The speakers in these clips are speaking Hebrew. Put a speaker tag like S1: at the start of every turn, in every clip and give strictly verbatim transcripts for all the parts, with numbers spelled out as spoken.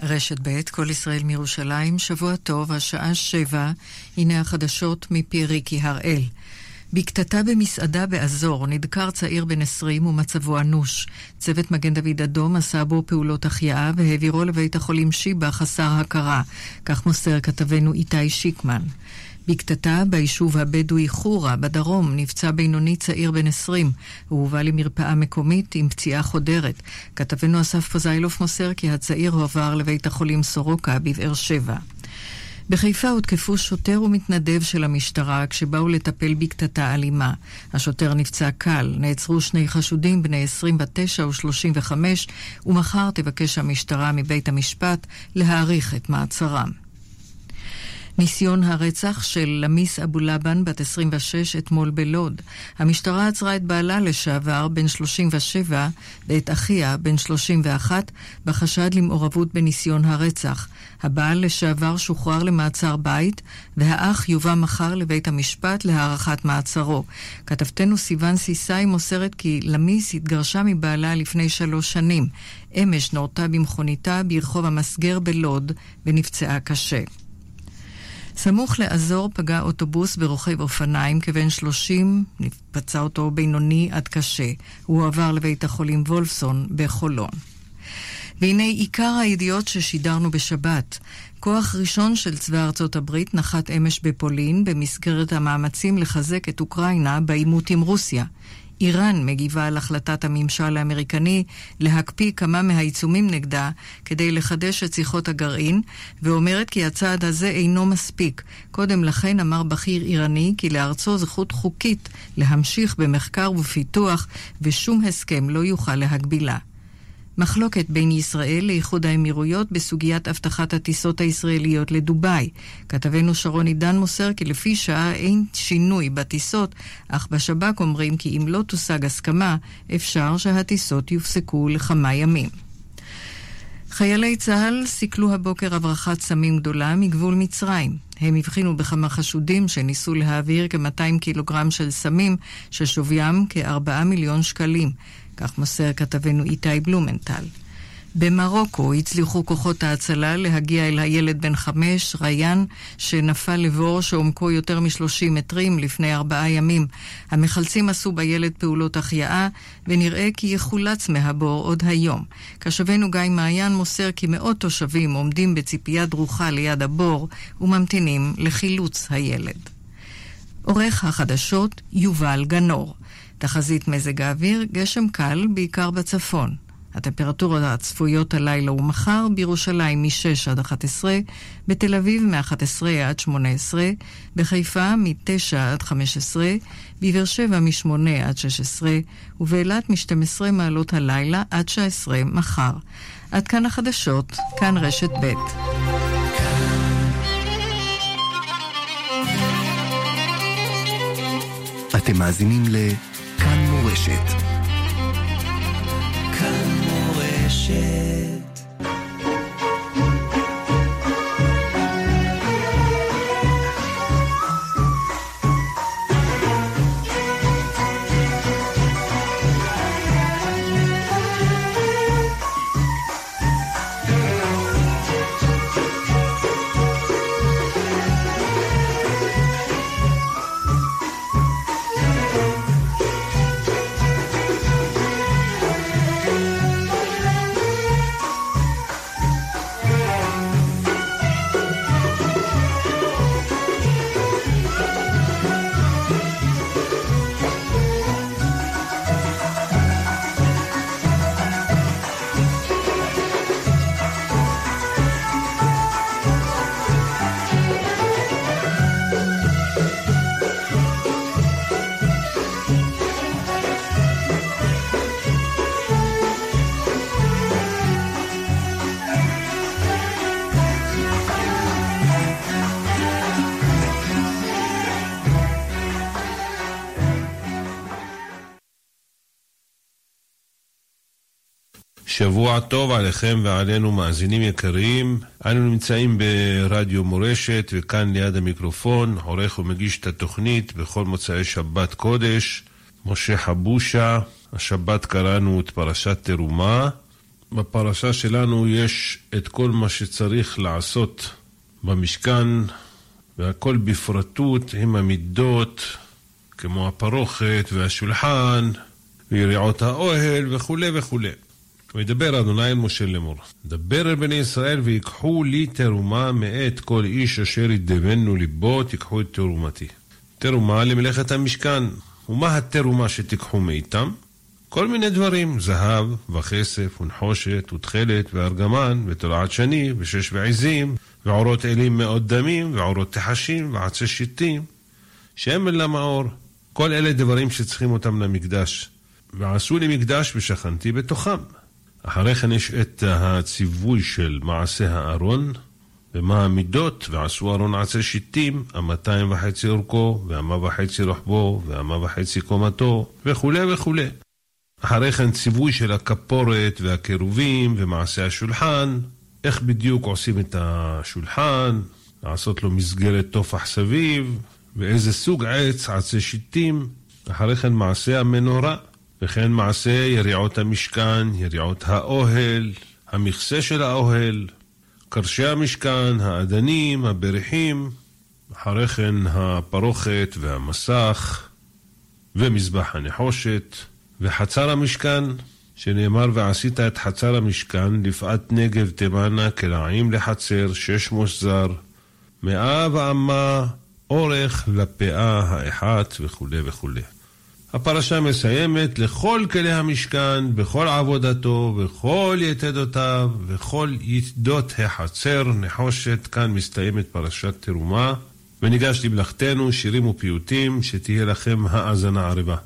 S1: רשת ב' כל ישראל מירושלים, שבוע טוב, השעה שבע, הנה החדשות מפי ריקי הראל. בקטטה במסעדה באזור נדקר צעיר בן עשרים ומצבו אנוש. צוות מגן דוד אדום עשה בו פעולות החייאה והעבירו לבית החולים שיבא חסר הכרה, כך מוסר כתבנו איתי שיקמן. בקטטה ביישוב הבדואי חורה בדרום נפצע בינוני צעיר בן עשרים, הוא הובא למרפאה מקומית עם פציעה חודרת. כתבנו אסף פוזיילוף מוסר כי הצעיר הועבר לבית החולים סורוקה בבאר שבע. בחיפה הותקפו שוטר ומתנדב של המשטרה כשבאו לטפל בקטטה אלימה. השוטר נפצע קל, נעצרו שני חשודים בני עשרים ותשע ו-שלושים וחמש, ומחר תבקש המשטרה מבית המשפט להאריך את מעצרם. ניסיון הרצח של למיס אבו לבן בת עשרים ושש אתמול בלוד. המשטרה עצרה את בעלה לשעבר בן שלושים ושבע ואת אחיה בן שלושים ואחת בחשד למעורבות בניסיון הרצח. הבעל לשעבר שוחרר למעצר בית והאח יובא מחר לבית המשפט להארכת מעצרו. כתבתנו סיוון סיסאי מוסרת כי למיס התגרשה מבעלה לפני שלוש שנים. אמש נורתה במכוניתה ברחוב המסגר בלוד ונפצעה קשה. סמוך לאזור פגע אוטובוס ברוכב אופניים כבן שלושים, נפצע אותו בינוני עד קשה. הוא עבר לבית החולים וולפסון בחולון. והנה עיקר הידיעות ששידרנו בשבת. כוח ראשון של צבא ארצות הברית נחת אמש בפולין במסגרת המאמצים לחזק את אוקראינה בעימות עם רוסיה. איראן מגיבה על החלטת הממשל האמריקני להקפיא כמה מהעיצומים נגדה כדי לחדש את שיחות הגרעין, ואומרת כי הצעד הזה אינו מספיק. קודם לכן אמר בכיר איראני כי לארצו זכות חוקית להמשיך במחקר ופיתוח ושום הסכם לא יוכל להגבילה. מחלוקת בין ישראל לאיחוד האמירויות בסוגיית הבטחת הטיסות הישראליות לדובאי. כתבנו שרון עידן מוסר כי לפי שעה אין שינוי בטיסות, אך בשב"כ אומרים כי אם לא תושג הסכמה, אפשר שהטיסות יופסקו לכמה ימים. חיילי צה"ל סיכלו הבוקר הברחת סמים גדולה מגבול מצרים. הם הבחינו בכמה חשודים שניסו להעביר כ-מאתיים קילוגרם של סמים ששוויים כ-ארבעה מיליון שקלים. כך מוסר כתבנו איתי בלומנטל. במרוקו הצליחו כוחות ההצלה להגיע אל הילד בן חמש, ריין, שנפל לבור שעומקו יותר מ-שלושים מטרים לפני ארבעה ימים. המחלצים עשו בילד פעולות החייאה, ונראה כי יחולץ מהבור עוד היום. כשבנו גיא מעיין מוסר כי מאות תושבים עומדים בציפייה דרוכה ליד הבור, וממתינים לחילוץ הילד. עורך החדשות יובל גנור. תחזית מזג האוויר, גשם קל, בעיקר בצפון. הטמפרטורות הצפויות הלילה ומחר בירושלים מ-שש עד אחת עשרה, בתל אביב מ-אחת עשרה עד שמונה עשרה, בחיפה מ-תשע עד חמש עשרה, בבאר שבע מ-שמונה עד שש עשרה, ובאילת מ-שתים עשרה מעלות הלילה עד תשע עשרה מחר. עד כאן החדשות, כאן רשת ב'.
S2: אתם מאזינים ל... כאן מורשת.
S3: כאן מורשת.
S4: שבוע טוב עליכם ועלינו מאזינים יקרים. אנו נמצאים ברדיו מורשת, וכאן ליד המיקרופון עורך ומגיש את התוכנית בכל מוצאי שבת קודש משה חבושה. השבת קראנו את פרשת תרומה, בפרשה שלנו יש את כל מה שצריך לעשות במשכן, והכל בפרטות עם המידות, כמו הפרוכת והשולחן, ויריעות האוהל וכו' וכו'. וידבר אדוני אל משה לאמור, דבר אל בני ישראל ויקחו לי תרומה מאת כל איש אשר ידבנו ליבו, תיקחו את תרומתי. תרומה למלאכת המשכן. ומה התרומה שתיקחו מאיתם? כל מיני דברים, זהב וכסף ונחושת ותכלת וארגמן ותולעת שני ושש ועזים ועורות אלים מאוד דמים ועורות תחשים ועצי שיטים שמן למאור. כל אלה דברים שצריכים אותם למקדש. ועשו לי מקדש ושכנתי בתוכם. אחרי כן יש את הציווי של מעשה הארון ומה המידות, ועשו ארון עצי שיטים, המאתיים וחצי אורכו והמה וחצי רוחבו והמה וחצי קומתו וכו' וכו'. אחרי כן ציווי של הכפורת והקירובים ומעשה השולחן, איך בדיוק עושים את השולחן, לעשות לו מסגרת תופח סביב, ואיזה סוג עץ, עצי שיטים. אחרי כן מעשה המנורה, וכן מעשה יריעות המשכן, יריעות האוהל, המכסה של האוהל, קרשי המשכן, האדנים, הבריחים. אחרי כן הפרוכת והמסך, ומזבח הנחושת, וחצר המשכן, שנאמר ועשית את חצר המשכן לפעת נגב תמנה כלעים לחצר שש מושזר, מאה ואמה אורך לפאה האחת וכו' וכו'. הפרשה מסיימת לכל כלי המשכן, בכל עבודתו, בכל יתדותיו, וכל יתדות החצר, נחושת. כאן מסתיימת פרשת תרומה, וניגש למלאכתנו, שירים ופיוטים, שתהיה לכם האזנה ערבה.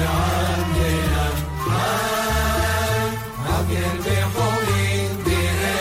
S5: Again,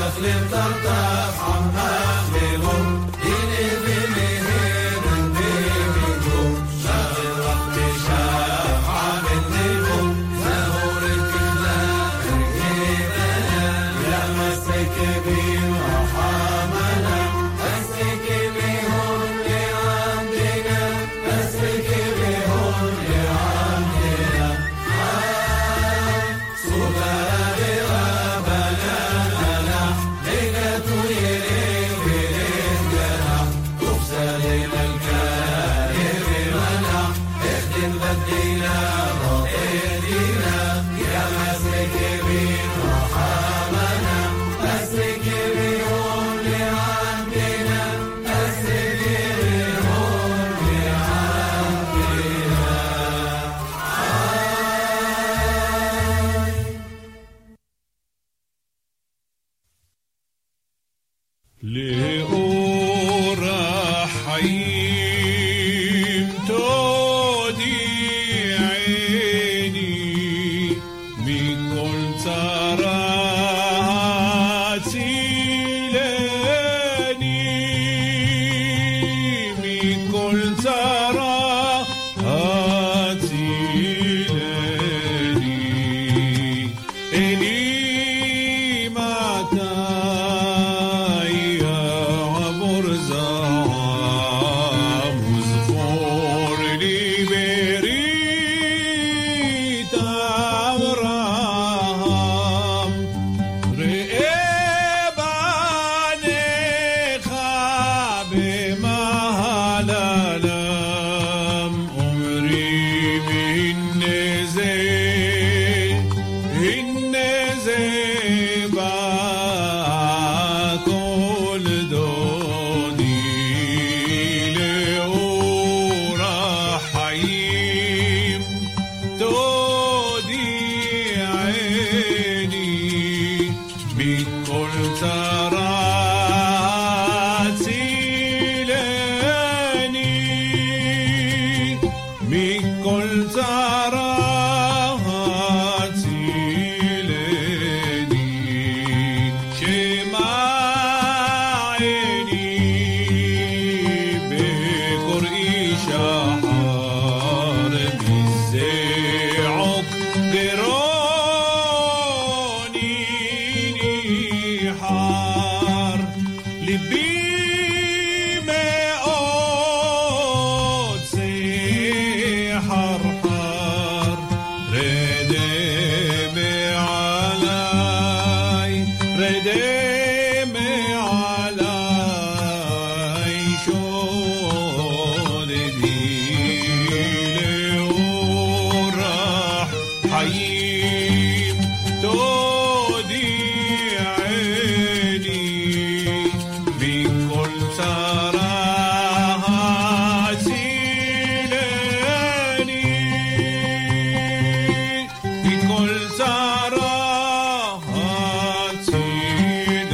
S5: כל צרה הצילני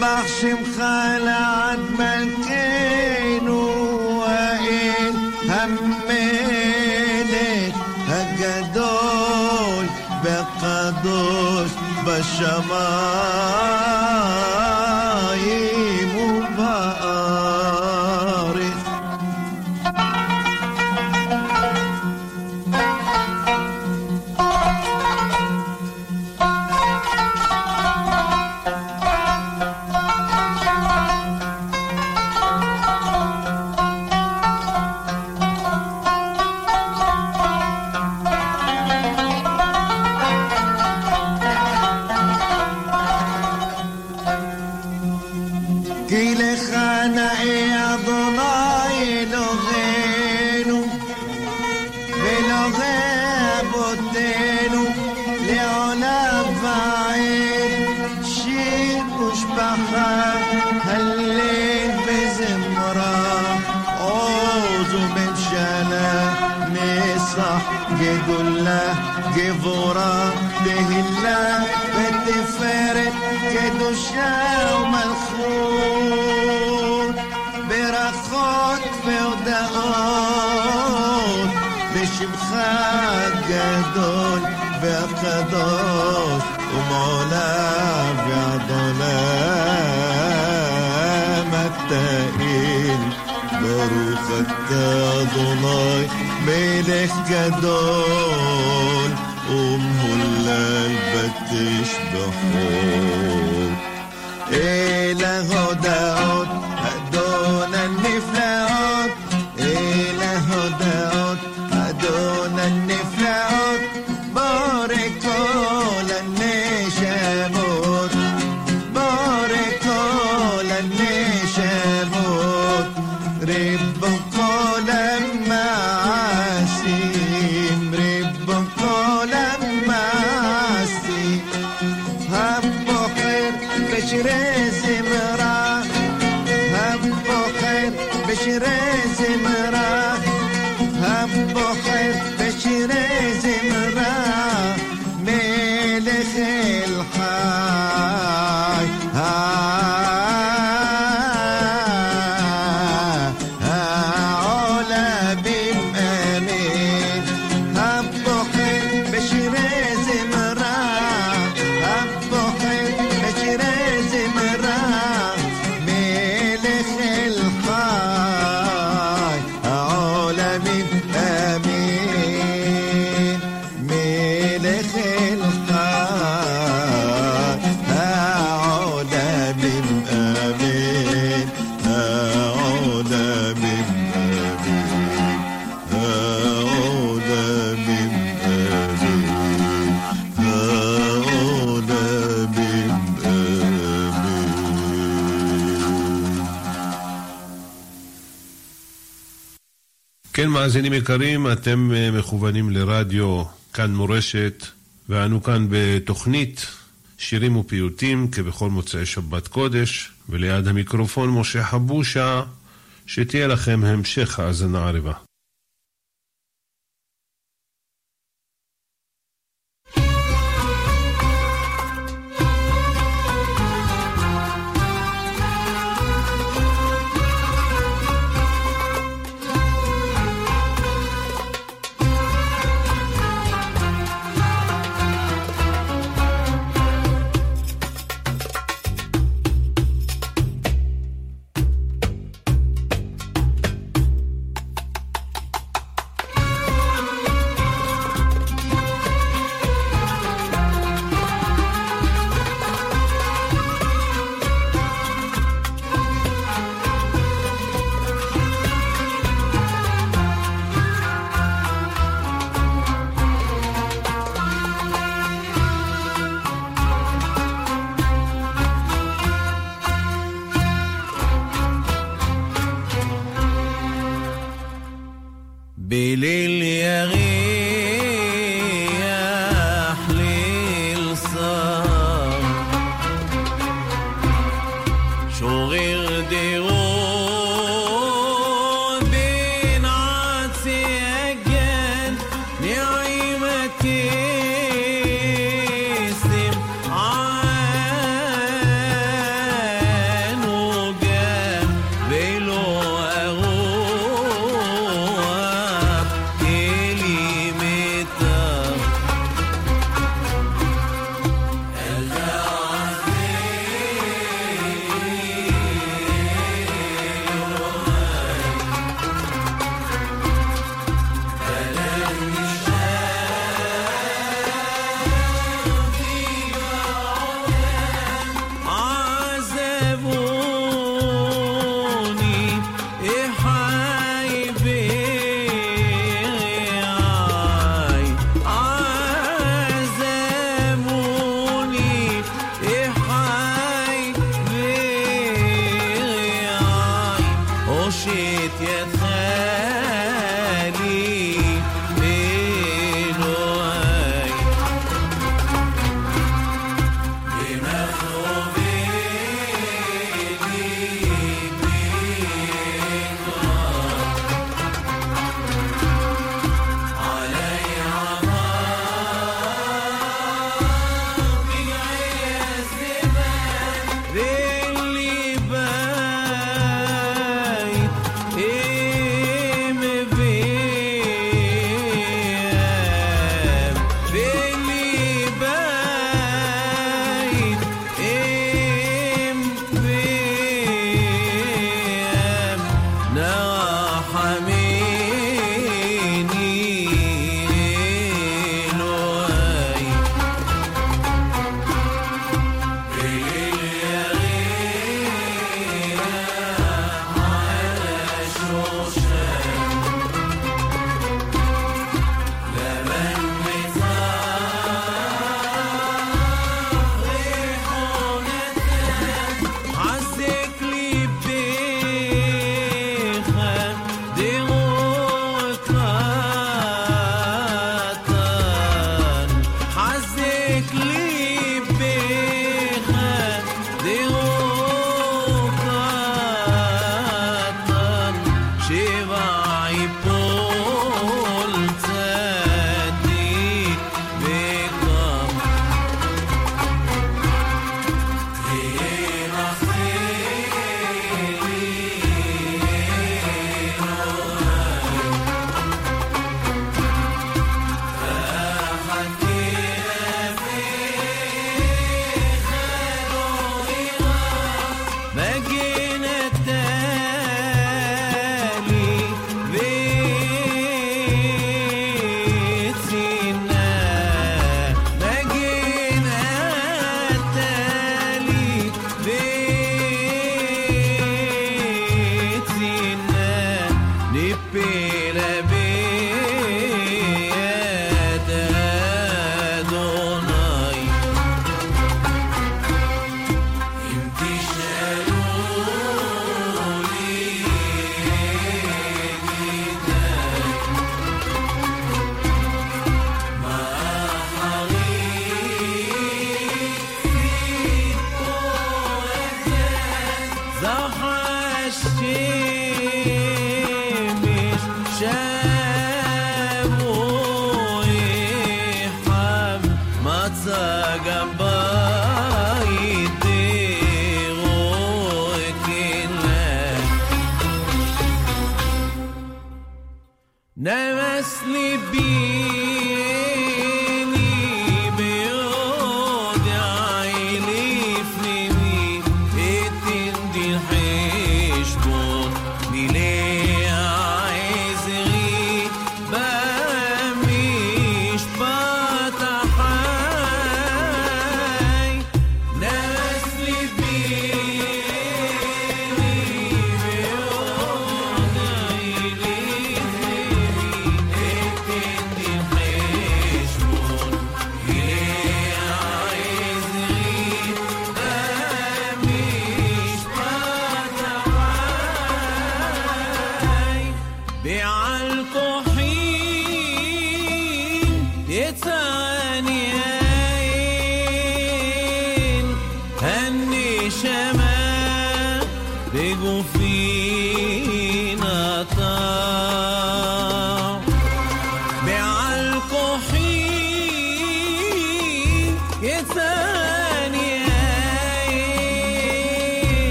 S5: ישתבח שמך לעד מלכנו ואל המלך הגדול והקדוש בשמיים ובארץ. גדולה גבורה תהילה ותפארת קדושה ומלכות ברכות והודאות בשמך הגדול והקדוש ומעולם ועד עולם התהיל. ברוך אתה אדוני מלך גדול ומהולל בתשבחות. אלה הודעות אדון הנפלאות, אלה הודעות אדון הנפלאות, בורא כל הנשמות, בורא כל הנשמות, ריבון כל המעשים, ריבון כל המעשים, הבוחר בשירי זמרה, הבוחר בשירי זמרה, הבוחר בשירי זמרה, מלך אל חי העולמים אמן. הבוחר בשירי זמרה, הבוחר בשירי זמרה, מלך אל חי העולמים אמן, מלך אל חי העולמים אמן, העולמים אמן, העולמים אמן, העולמים אמן.
S4: כן, מאזינים יקרים, אתם מכוונים לרדיו כאן מורשת, ואנו כאן בתוכנית שירים ופיוטים כבכל מוצאי שבת קודש, וליד המיקרופון משה חבושה, שתהיה לכם המשך האזנה ערבה.
S3: بليل يغيح ليل صار شغير ديرون بين عاتي أجن نعيمتي سم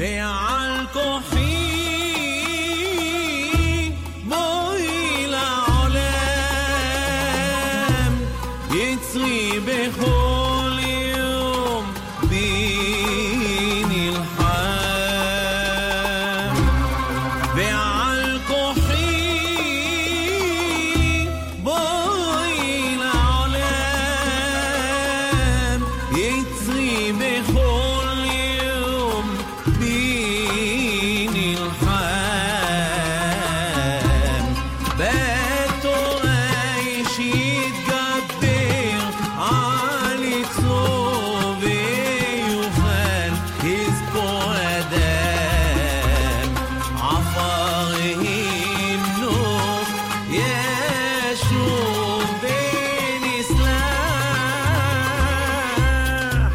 S3: ועל כוחי בואי לעולם, יצרי בכל יום בי נלחם, ועל כוחי בואי לעולם, יצרי בכל יום בי נלחם, בתורה שיתגבר על יצרו ויוכל יזכור אדם, עפר ימנוף ישוב ונסלח,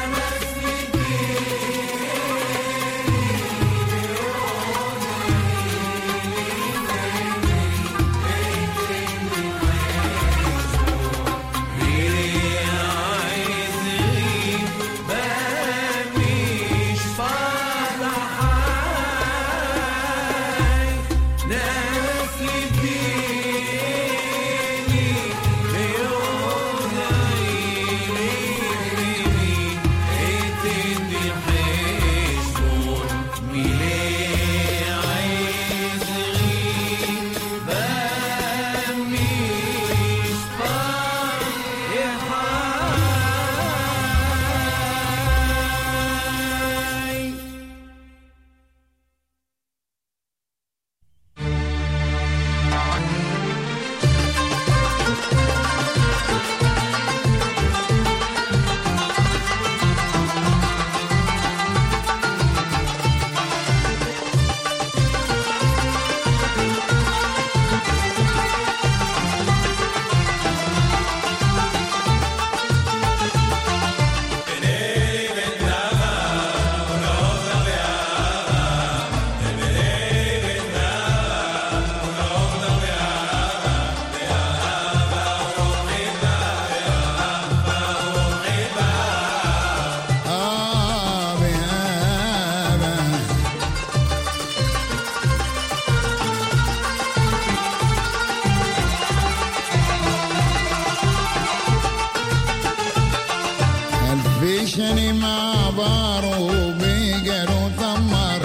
S6: שנים עברו בגרו תמר,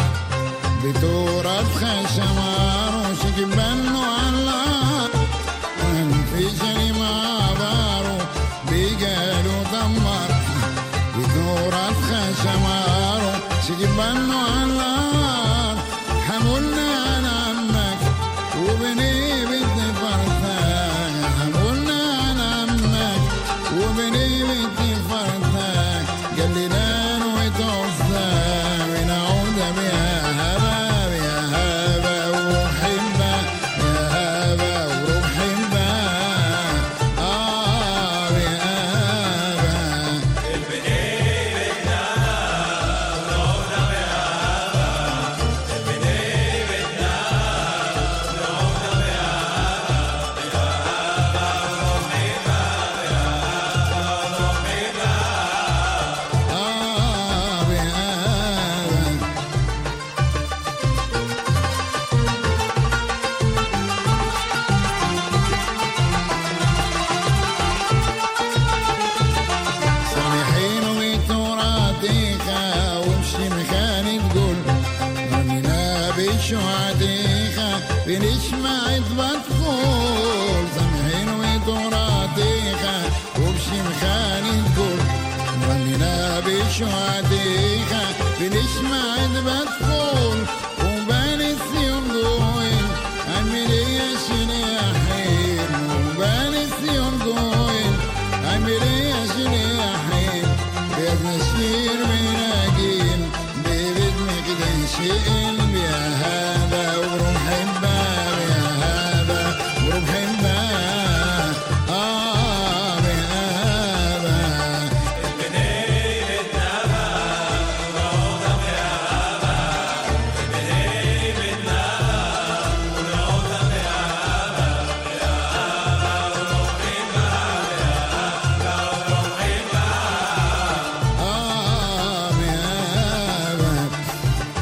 S6: בתורתך שמרו שקיבלנו עליו. אלפי שנים עברו בגרו תמר, בתורתך שמרו שקיבלנו עליו. חמולنا على عمك وبني بنت فرتك، حمولنا على عمك وبني بنت فرتك، قال لي لا وتوصى ونعود بها هبا يا هبا وحبة يا هبا وحبة آه يا هبا البني بدنا ونعود بها هبا، البني بدنا ونعود بها هبا يا هبا وحبة يا هبا وحبة آه يا هبا. سامحين وتراثيك وامشي مكان تقول رمينا بشهاديك بنسمع تبتقول. سامحين وتراثيك وامشي مكان تقول رمينا بشهاديك بنسمع تبتقول. وبانس يوم دوين عملية شناحين، وبانس يوم دوين عملية شناحين، بيض نشير مناقين بيبد مقدن شئل يا هذا وروح حباب يا هذا وروح حباب آه يا هذا البني بدنا ونعود بها هبا، البني بدنا ونعود بها هبا يا هبا وروح حباب يا هبا وروح حباب آه يا هبا.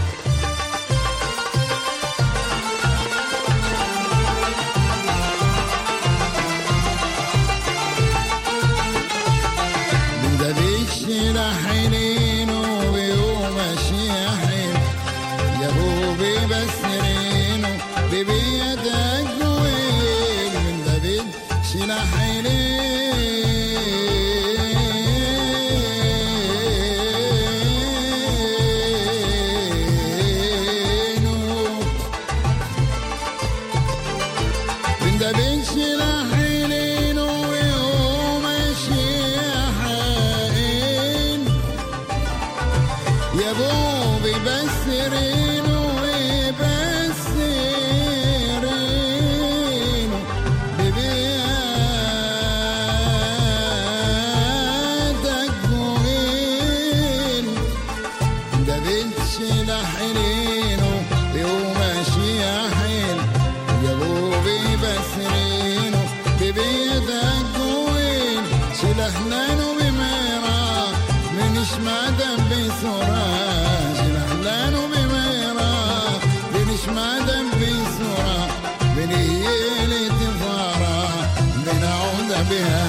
S6: حلينه وماشي حيل يا بوبي بسرينه ببيتك وين شلحنانه بميرا منش ما دم بسورة شلحنانه بميرا منش ما دم بسورة بنيلي تفارة بنعود بها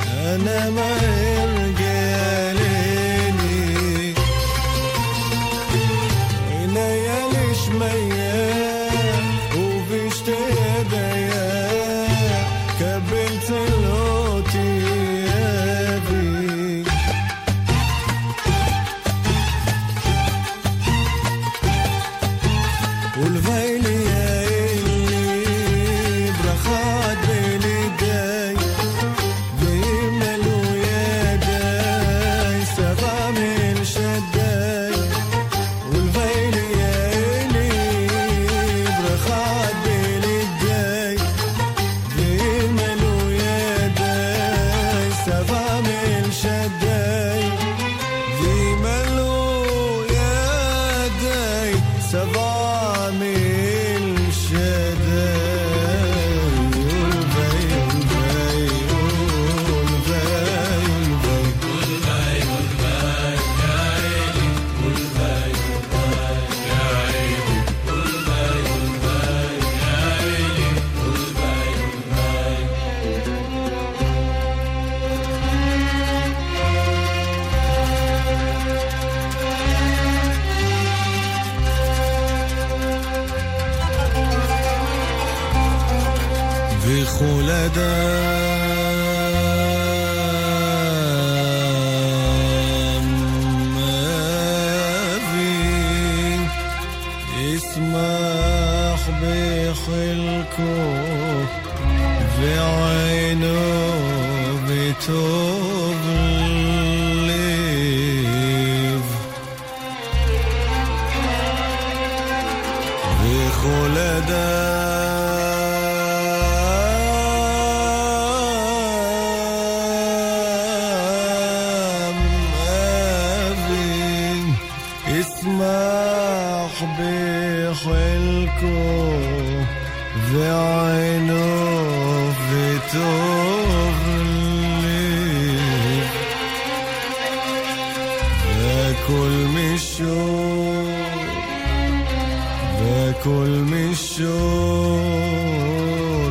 S5: أنا ما يرجع لي سبع ميل شداي וכל אדם מבין ישמח בחלקו ועינו וטוב לב וכל אדם ועינו וטוב לב וכל מישור וכל מישור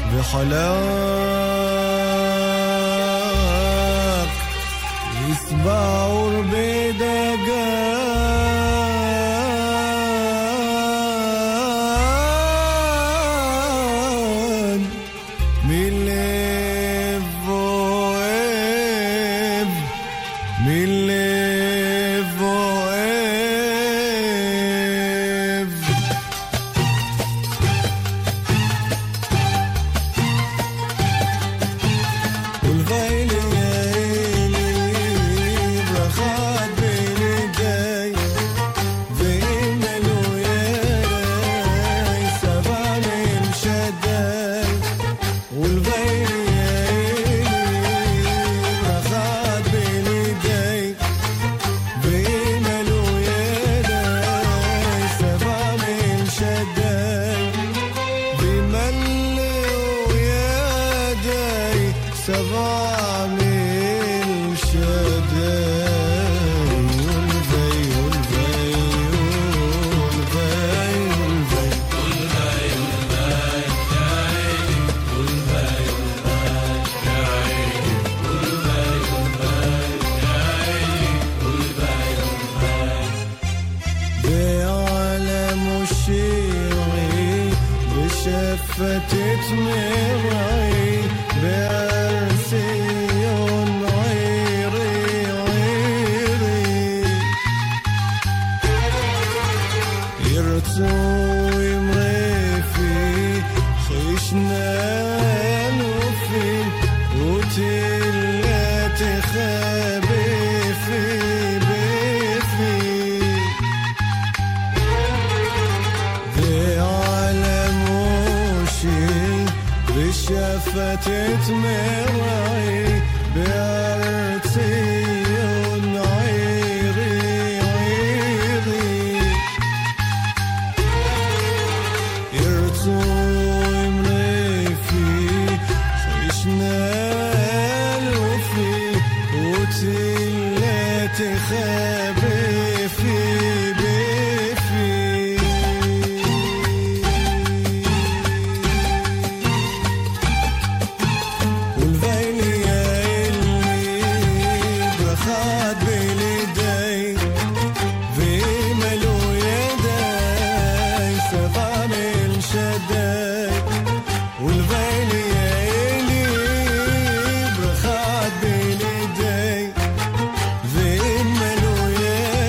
S5: וחלק יסבעור בדגה فتت مرعي بأرسيون عيري عيري يرتو يمريفي خيشنا نوفي وتلا تخابي في بيفي فتت مرعي بأرسيون عيري عيري يرتو يمريفي خيشنا لوفي وتلا تخابي في Yeah.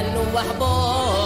S7: النوح بور